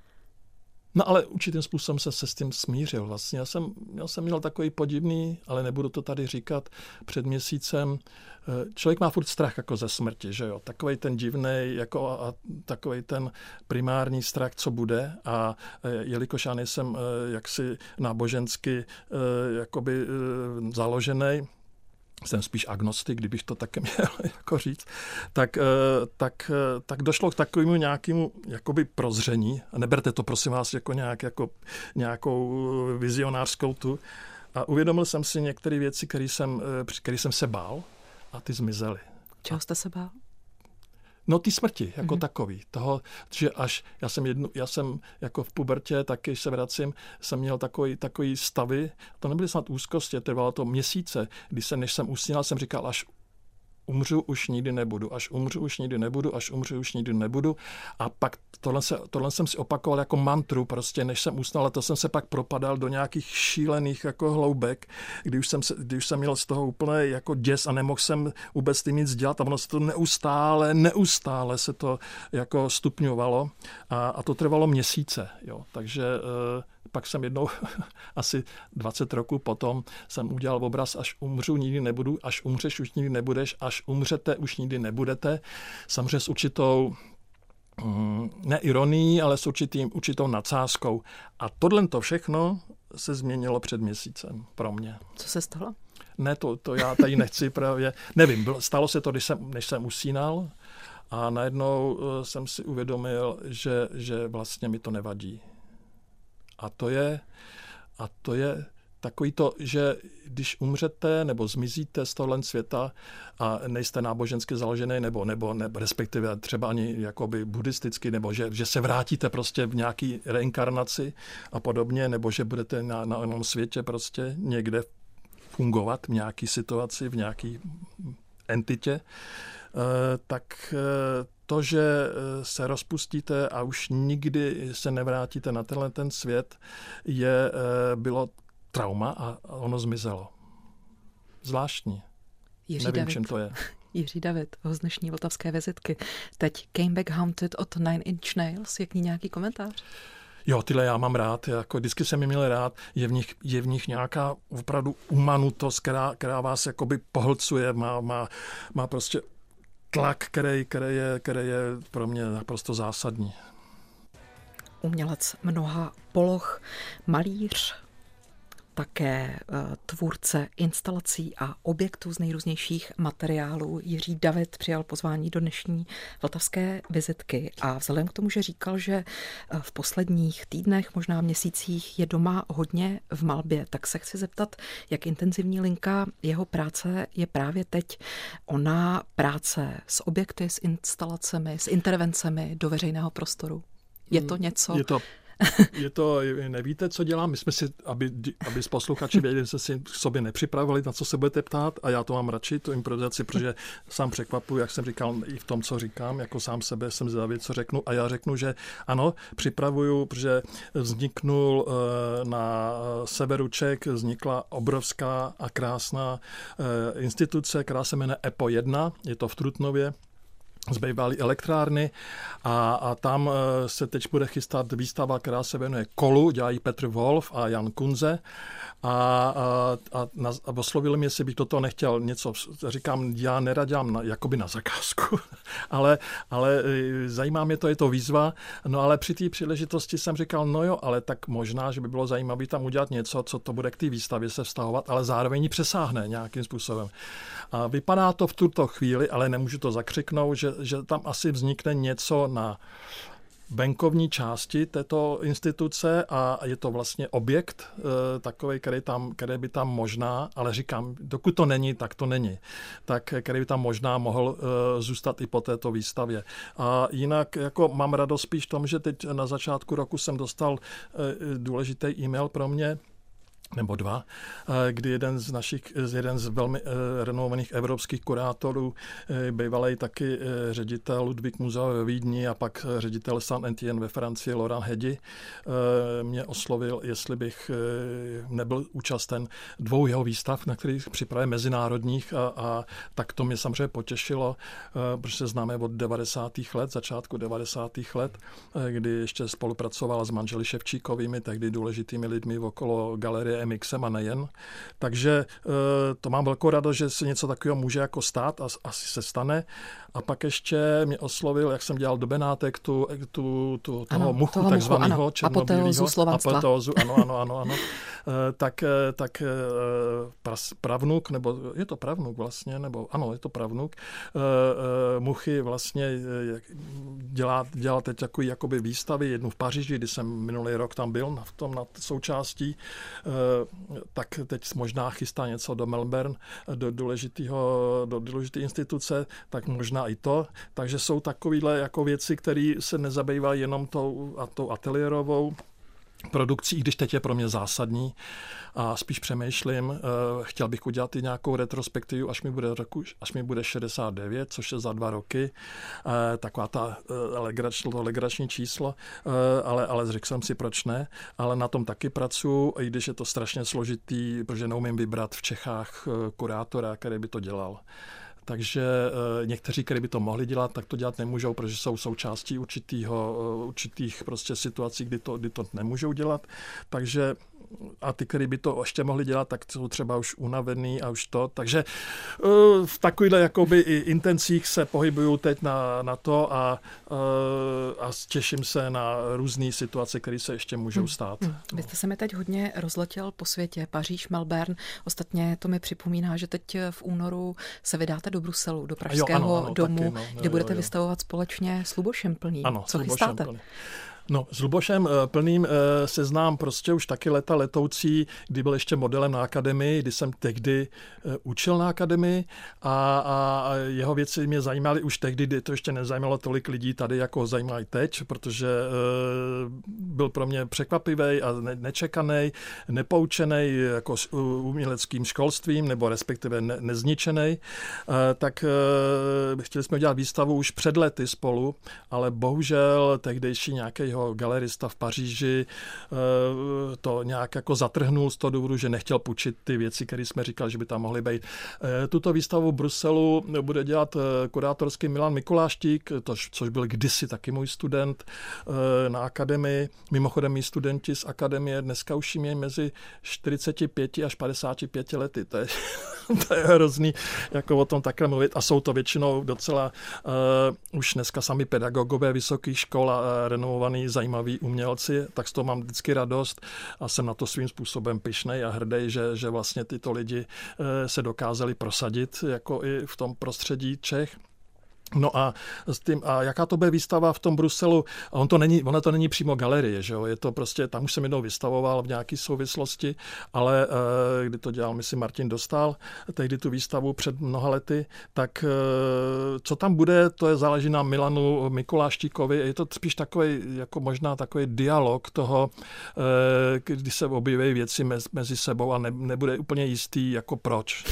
no ale určitým způsobem se, se s tím smířil vlastně. Já jsem, já jsem měl takový podivný, ale nebudu to tady říkat, před měsícem. Člověk má furt strach jako ze smrti, že jo? Takovej ten divnej, jako a, a takovej ten primární strach, co bude. A jelikož já nejsem jaksi nábožensky jakoby založený, jsem spíš agnostik, kdybych to také měl jako říct, tak, tak, tak došlo k takovému nějakému jakoby prozření. A neberte to, prosím vás, jako, nějak, jako nějakou vizionářskou tu. A uvědomil jsem si některé věci, které jsem, který jsem se bál a ty zmizely. Čeho jste se bál? No ty smrti, jako mm-hmm. takový. Toho, že až, já jsem jednu, já jsem jako v pubertě, tak když se vracím, jsem měl takový, takový stavy, to nebyly snad úzkosti, trvalo to měsíce, když jsem, než jsem usínal, jsem říkal, až umřu, už nikdy nebudu, až umřu, už nikdy nebudu, až umřu, už nikdy nebudu. A pak tohle, se, tohle jsem si opakoval jako mantru, prostě než jsem usnal, ale to jsem se pak propadal do nějakých šílených jako hloubek, kdy už jsem, se, kdy už jsem měl z toho úplně jako děs a nemohl jsem vůbec tím nic dělat a ono se to neustále, neustále se to jako stupňovalo a, a to trvalo měsíce, jo, takže e, pak jsem jednou asi dvacet roků potom jsem udělal obraz Až umřu, nikdy nebudu, až umřeš, už nikdy nebudeš, až umřete, už nikdy nebudete. Samozřejmě s určitou, ne ironií, ale s určitým, určitou nadsázkou. A tohle to všechno se změnilo před měsícem pro mě. Co se stalo? Ne, to, to já tady nechci právě. Nevím, bylo, stalo se to, když jsem, než jsem usínal a najednou jsem si uvědomil, že, že vlastně mi to nevadí. A to je, a to je takový to, že když umřete nebo zmizíte z tohle světa a nejste nábožensky založený nebo, nebo, nebo respektive třeba ani jakoby buddhisticky, nebo že, že se vrátíte prostě v nějaký reinkarnaci a podobně, nebo že budete na, na onom světě prostě někde fungovat v nějaký situaci, v nějaký entitě, tak to, že se rozpustíte a už nikdy se nevrátíte na tenhle ten svět, je, bylo trauma a ono zmizelo. Zvláštní. Jiří Nevím, David. čím to je. Jiří David, z dnešní vltavské vizitky. Teď Came Back Haunted od Nine Inch Nails. Jak ní nějaký komentář? Jo, tyhle já mám rád, jako vždycky jsem je měl rád, je v nich, je v nich nějaká opravdu umanutost, která, která vás jakoby pohlcuje, má, má, má prostě tlak, který, který, je, který je pro mě naprosto zásadní. Umělec mnoha poloh, malíř, také tvůrce instalací a objektů z nejrůznějších materiálů. Jiří David přijal pozvání do dnešní vltavské vizitky a vzhledem k tomu, že říkal, že v posledních týdnech, možná měsících je doma hodně v malbě, tak se chci zeptat, jak intenzivní linka jeho práce je právě teď. Ona práce s objekty, s instalacemi, s intervencemi do veřejného prostoru. Je to něco... Je to... Je to, nevíte, co dělám? My jsme si, aby, aby posluchači věděli, že si k sobě nepřipravili, na co se budete ptát, a já to mám radši, tu improvizaci, protože sám překvapuju, jak jsem říkal, i v tom, co říkám, jako sám sebe jsem zvědavý, co řeknu, a já řeknu, že ano, připravuju, protože vzniknul na severu Čech, vznikla obrovská a krásná instituce, která se jmenuje E P O jedna, je to v Trutnově, z bývalé elektrárny a, a tam se teď bude chystat výstava, která se jmenuje Kolu, dělají Petr Wolf a Jan Kunze a, a, a, na, a oslovili mě, jestli bych toto nechtěl něco, říkám, já nerad dělám na, jakoby na zakázku, ale, ale zajímá mě to, je to výzva, no ale při té příležitosti jsem říkal, no jo, ale tak možná, že by bylo zajímavé tam udělat něco, co to bude k té výstavě se vztahovat, ale zároveň ji přesáhne nějakým způsobem. A vypadá to v tuto chvíli, ale nemůžu to zakřiknout, že, že tam asi vznikne něco na venkovní části této instituce a je to vlastně objekt e, takový, který, tam, který by tam možná, ale říkám, dokud to není, tak to není, tak který by tam možná mohl e, zůstat i po této výstavě. A jinak jako mám radost spíš v tom, že teď na začátku roku jsem dostal e, důležitý e-mail pro mě, nebo dva, kdy jeden z našich, jeden z velmi renomovaných evropských kurátorů, bývalý taky ředitel Ludwig Musea ve Vídni a pak ředitel Saint-Étienne ve Francii, Laurent Hedi, mě oslovil, jestli bych nebyl účasten dvou jeho výstav, na kterých připravuje mezinárodních a, a tak to mě samozřejmě potěšilo, protože se známe od devadesátých let, začátku devadesátých let, kdy ještě spolupracoval s manželi Ševčíkovými, tehdy důležitými lidmi okolo galerie B M X em a nejen. Takže to mám velkou radost, že se něco takového může jako stát a asi se stane. A pak ještě mě oslovil, jak jsem dělal do Benátek, tu, tu, tu, toho ano, muchu, toho takzvanýho černobílýho. Apoteózu slovanstva. Apoteózu, ano, ano, ano. ano. tak, tak pravnuk, nebo je to pravnuk vlastně, nebo ano, je to pravnuk, muchy vlastně dělá, dělá teď takový jakoby výstavy, jednu v Paříži, kdy jsem minulý rok tam byl v tom nad součástí, tak teď možná chystá něco do Melbourne, do důležitého, do důležité instituce, tak možná i to. Takže jsou takovéhle jako věci, které se nezabývají jenom tou, a tou ateliérovou produkcí, i když teď je pro mě zásadní a spíš přemýšlím, chtěl bych udělat i nějakou retrospektivu, až mi bude roku, až mi bude šedesát devět, což je za dva roky, taková ta legrační, to legrační číslo, ale, ale řekl jsem si, proč ne, ale na tom taky pracuji, i když je to strašně složitý, protože neumím vybrat v Čechách kurátora, který by to dělal. Takže e, někteří, kteří by to mohli dělat, tak to dělat nemůžou, protože jsou součástí určitýho, určitých prostě situací, kdy to, kdy to nemůžou dělat. Takže a ty, kteří by to ještě mohli dělat, tak jsou třeba už unavený a už to. Takže e, v takovýchhle jakoby i intencích se pohybuju teď na, na to a, e, a těším se na různé situace, které se ještě můžou stát. Hmm. Hmm. Vy jste se mi teď hodně rozletěl po světě, Paříž, Melbourne. Ostatně to mi připomíná, že teď v únoru se vydáte do Bruselu, do Pražského jo, ano, ano, domu, taky, no, kde jo, budete jo, jo. vystavovat společně s Lubošem Plným. Ano, co Lubošem chystáte? Plný. No, s Lubošem Plným se znám prostě už taky leta letoucí, kdy byl ještě modelem na akademii, kdy jsem tehdy učil na akademii a, a jeho věci mě zajímaly už tehdy, kdy to ještě nezajímalo tolik lidí tady, jako ho zajímají teď, protože byl pro mě překvapivý a nečekaný, nepoučený jako uměleckým školstvím, nebo respektive ne, nezničený. Tak chtěli jsme dělat výstavu už před lety spolu, ale bohužel tehdejší nějaký jeho galerista v Paříži to nějak jako zatrhnul z toho důvodu, že nechtěl půjčit ty věci, které jsme říkali, že by tam mohly být. Tuto výstavu v Bruselu bude dělat kurátorský Milan Mikuláštík, což byl kdysi taky můj student na akademii. Mimochodem mý studenti z akademie dneska už mějí mezi čtyřicet pět až padesát pět lety. To je, to je hrozný, jako o tom takhle mluvit. A jsou to většinou docela uh, už dneska sami pedagogové vysokých škol a uh, renovovaní zajímaví umělci, tak z toho mám vždycky radost a jsem na to svým způsobem pyšnej a hrdý, že, že vlastně tyto lidi uh, se dokázali prosadit jako i v tom prostředí Čech. No a, s tím, a jaká to bude výstava v tom Bruselu? On to není, ona to není přímo galerie, že jo? Je to prostě, tam už jsem jednou vystavoval v nějaké souvislosti, ale e, kdy to dělal, myslím, Martin Dostál, tehdy tu výstavu před mnoha lety, tak e, co tam bude, to je záleží na Milanu Mikuláštíkovi. Je to spíš takový, jako možná takový dialog toho, e, kdy se objeví věci mezi, mezi sebou a ne, nebude úplně jistý, jako proč.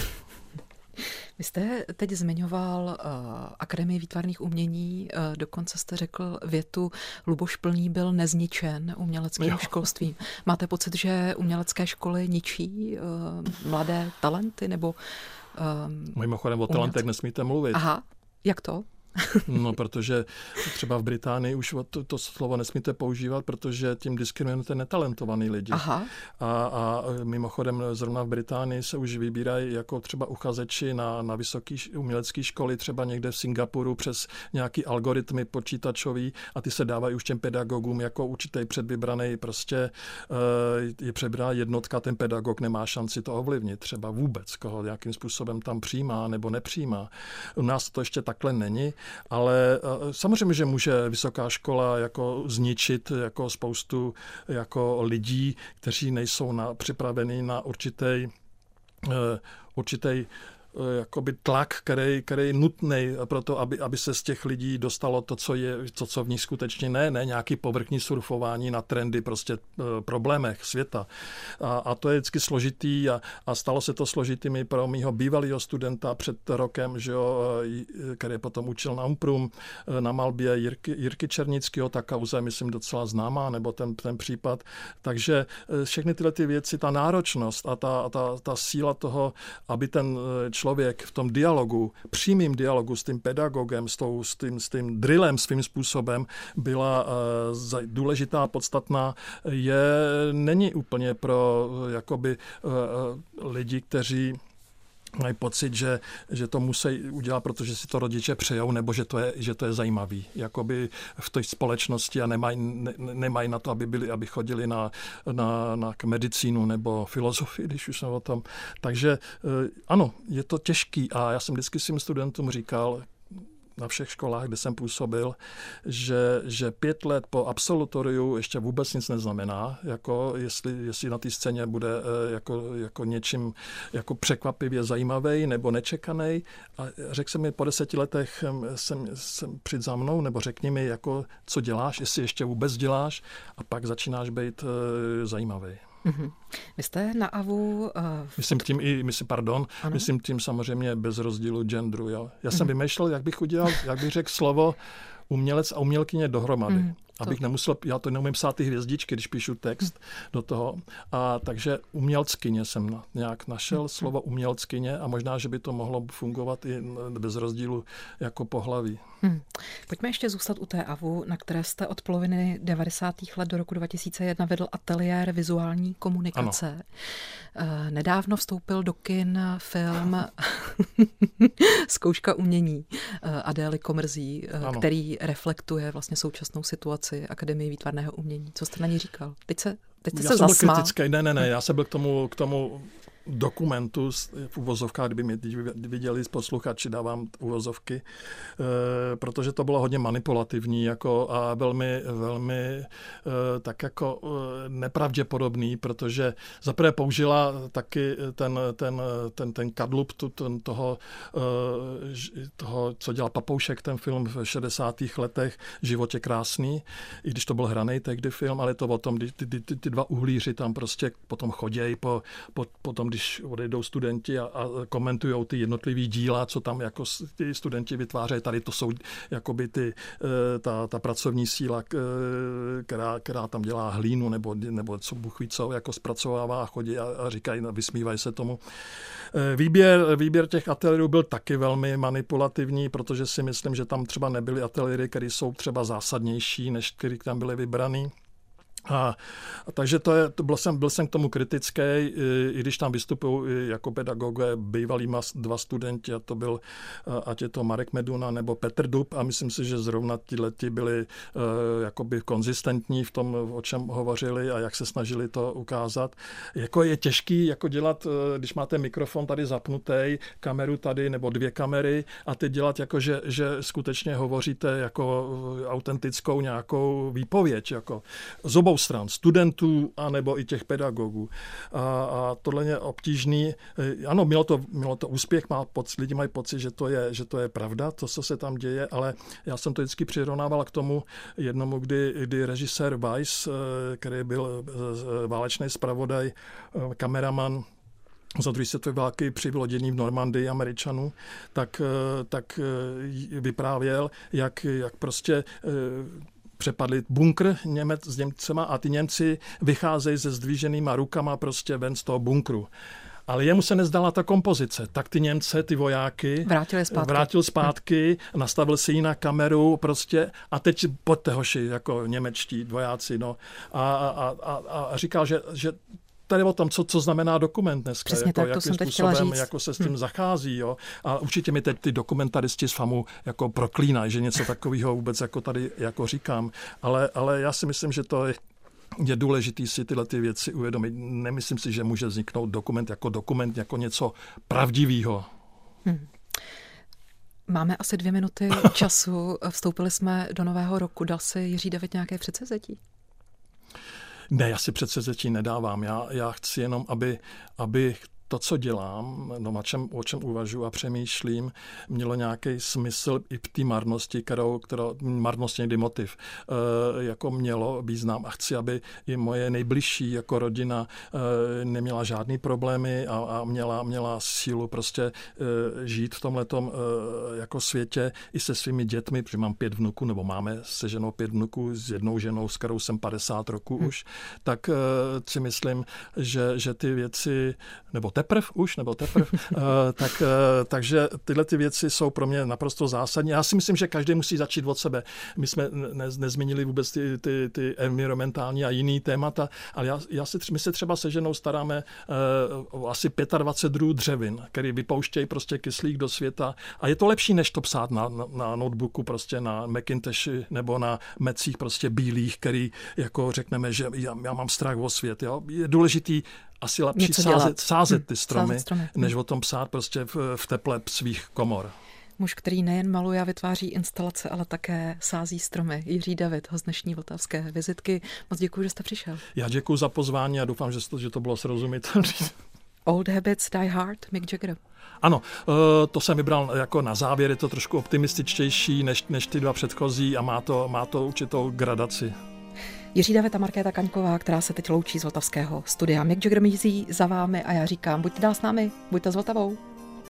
Vy jste teď zmiňoval uh, Akademii výtvarných umění, uh, dokonce jste řekl větu, Luboš Plný byl nezničen uměleckým jo. školstvím. Máte pocit, že umělecké školy ničí uh, mladé talenty? Nebo uh, mimochodem o talentech nesmíte mluvit. Aha, jak to? No, protože třeba v Británii už to, to slovo nesmíte používat, protože tím diskriminujete netalentovaný lidi. Aha. A, a mimochodem zrovna v Británii se už vybírají jako třeba uchazeči na, na vysoké umělecké školy, třeba někde v Singapuru přes nějaký algoritmy počítačový a ty se dávají už těm pedagogům jako určitý předvybraný prostě je předvybraná jednotka, ten pedagog nemá šanci to ovlivnit třeba vůbec, koho nějakým způsobem tam přijímá nebo nepřijímá. U nás to ještě takhle není. Ale samozřejmě, že může vysoká škola jako zničit jako spoustu jako lidí, kteří nejsou na, připravení na určitý, uh, určitý jakoby tlak, který, který je nutný pro to, aby, aby se z těch lidí dostalo to, co je, to, co v nich skutečně ne, ne nějaký povrchní surfování na trendy, prostě e, problémech světa. A, a to je vždycky složitý a, a stalo se to složitými pro mýho bývalého studenta před rokem, že jo, který potom učil na Umprum, na malbě Jirky, Jirky Černického, ta kauza je, myslím, docela známá, nebo ten, ten případ. Takže všechny tyhle ty věci, ta náročnost a ta, ta, ta síla toho, aby ten člověk v tom dialogu, přímým dialogu s tím pedagogem, s, tou, s, tím, s tím drillem svým způsobem byla uh, důležitá, podstatná, je, není úplně pro jakoby uh, lidi, kteří mají pocit, že, že to musí udělat, protože si to rodiče přejou, nebo že to je, že to je zajímavý. Jakoby v té společnosti a nemají, ne, nemají na to, aby, byli, aby chodili na, na, na medicínu nebo filozofii, když už jsem o tom. Takže ano, je to těžký a já jsem vždycky svým studentům říkal, na všech školách, kde jsem působil, že, že pět let po absolutoriu ještě vůbec nic neznamená, jako jestli, jestli na té scéně bude jako, jako něčím jako překvapivě zajímavý nebo nečekaný. A řekl jsem mi po deseti letech jsem, jsem přijď za mnou, nebo řekni mi, jako, co děláš, jestli ještě vůbec děláš a pak začínáš být uh, zajímavý. Mm-hmm. Vy jste na A V U... Uh, myslím tím i, myslím, pardon, ano? myslím tím samozřejmě bez rozdílu genderu. Jo. Já jsem mm-hmm. vymýšlel, jak bych udělal, jak bych řekl slovo umělec a umělkyně dohromady. Mm, abych to. nemusel, já to neumím psát ty hvězdičky, když píšu text mm. do toho. A takže umělckyně jsem nějak našel mm. slovo umělckyně a možná, že by to mohlo fungovat i bez rozdílu jako pohlaví. Hmm. Pojďme ještě zůstat u té A V U, na které jste od poloviny devadesátých let do roku dva tisíce jedna vedl ateliér vizuální komunikace. Ano. Nedávno vstoupil do kin film Zkouška umění Adély Komrzí, ano. který reflektuje vlastně současnou situaci Akademie výtvarného umění. Co jste na ní říkal? Teď se, teď jste já se jsem zasmál. byl kritický. Ne, ne, ne, já jsem byl k tomu, k tomu dokumentu v uvozovkách, kdyby mě viděli posluchači, dávám uvozovky, e, protože to bylo hodně manipulativní jako a velmi, velmi e, tak jako e, nepravděpodobný, protože zaprvé použila taky ten, ten, ten, ten kadlub ten, toho, e, toho, co dělal Papoušek, ten film v šedesátých letech, Život je krásný, i když to byl hranej tehdy film, ale to o tom, ty, ty, ty, ty dva uhlíři tam prostě potom chodějí po, po, potom, když odejdou studenti a, a komentujou ty jednotlivý díla, co tam jako ty studenti vytvářejí. Tady to jsou jakoby ty, ta, ta pracovní síla, která, která tam dělá hlínu nebo, nebo co Bůh ví co, jako zpracovává a chodí a, a říkají, vysmívají se tomu. Výběr, výběr těch ateliérů byl taky velmi manipulativní, protože si myslím, že tam třeba nebyly ateliéry, které jsou třeba zásadnější, než které tam byly vybraný. A, a takže to je, to byl, jsem, byl jsem k tomu kritický, i, i když tam vystupují jako pedagogové bývalí dva studenti, a to byl, ať je to Marek Meduna nebo Petr Dub, a myslím si, že zrovna tihleti byli uh, jakoby konzistentní v tom, o čem hovořili a jak se snažili to ukázat. Jako je těžký jako dělat, když máte mikrofon tady zapnutý, kameru tady nebo dvě kamery a teď dělat jako, že, že skutečně hovoříte jako autentickou nějakou výpověď, jako z obou stran, studentů a nebo i těch pedagogů. A, a tohle je obtížný. Ano, mělo to, mělo to úspěch, má pocit, lidi mají pocit, že to, je, že to je pravda, to, co se tam děje, ale já jsem to vždycky přirovnával k tomu jednomu, kdy, kdy režisér Weiss, který byl válečný zpravodaj, kameraman, za druhé světové války při vylodění v Normandii Američanů, tak, tak vyprávěl, jak, jak prostě přepadli bunkr Němec s Němcema a ty Němci vycházejí se zdvíženýma rukama prostě ven z toho bunkru. Ale jemu se nezdala ta kompozice. Tak ty Němce, ty vojáky vrátili zpátky. vrátil zpátky, hm. nastavil si ji na kameru prostě a teď pojďte hoši, jako němečtí vojáci. No. A, a, a, a říkal, že, že tady o tom, co, co znamená dokument dneska. Přesně jako, tak, to jsem teď chtěla říct. Jako se s tím hmm. zachází. Jo? A určitě mi teď ty dokumentaristi z FAMu jako proklínají, že něco takového vůbec jako tady jako říkám. Ale, ale já si myslím, že to je je důležité si tyhle ty věci uvědomit. Nemyslím si, že může vzniknout dokument jako dokument, jako něco pravdivého. Hmm. Máme asi dvě minuty času. Vstoupili jsme do nového roku. Dal si Jiří David nějaké předsevzetí? Ne, já si předsevzetí nedávám. Já, já chci jenom, aby, aby to, co dělám, no, o čem, o čem uvažuji a přemýšlím, mělo nějaký smysl i v té marnosti, kterou, kterou marnost někdy motiv, e, jako mělo význam. A chci, aby i moje nejbližší jako rodina e, neměla žádný problémy a, a měla, měla sílu prostě e, žít v tomhletom e, jako světě i se svými dětmi, protože mám pět vnuků, nebo máme se ženou pět vnuků, s jednou ženou, s kterou jsem padesát roků hmm. už, tak e, si myslím, že, že ty věci, nebo ten teprv už, nebo teprv, tak, takže tyhle ty věci jsou pro mě naprosto zásadní. Já si myslím, že každý musí začít od sebe. My jsme ne, nezmínili vůbec ty, ty, ty environmentální a jiný témata, ale já, já si, my se třeba se ženou staráme o asi dvacet pět druhů dřevin, který vypouštějí prostě kyslík do světa a je to lepší, než to psát na, na, na notebooku, prostě na Macintoshi nebo na mecích prostě bílých, který jako řekneme, že já, já mám strach o svět. Jo? Je důležitý asi lepší sázet, sázet ty stromy, hmm, stromy, než o tom psát prostě v, v teple svých komor. Muž, který nejen maluje a vytváří instalace, ale také sází stromy. Jiří David, host dnešní Vltavské vizitky. Moc děkuji, že jste přišel. Já děkuji za pozvání a doufám, že to, že to bylo srozumitelné. Old Habits Die Hard, Mick Jagger. Ano, to jsem vybral jako na závěr, je to trošku optimističtější než, než ty dva předchozí a má to, má to určitou gradaci. Jiří David a Markéta Kaňková, která se teď loučí z Vltavského studia. Mick Jagger mizí za vámi a já říkám, buďte dál s námi, buďte s Vltavou.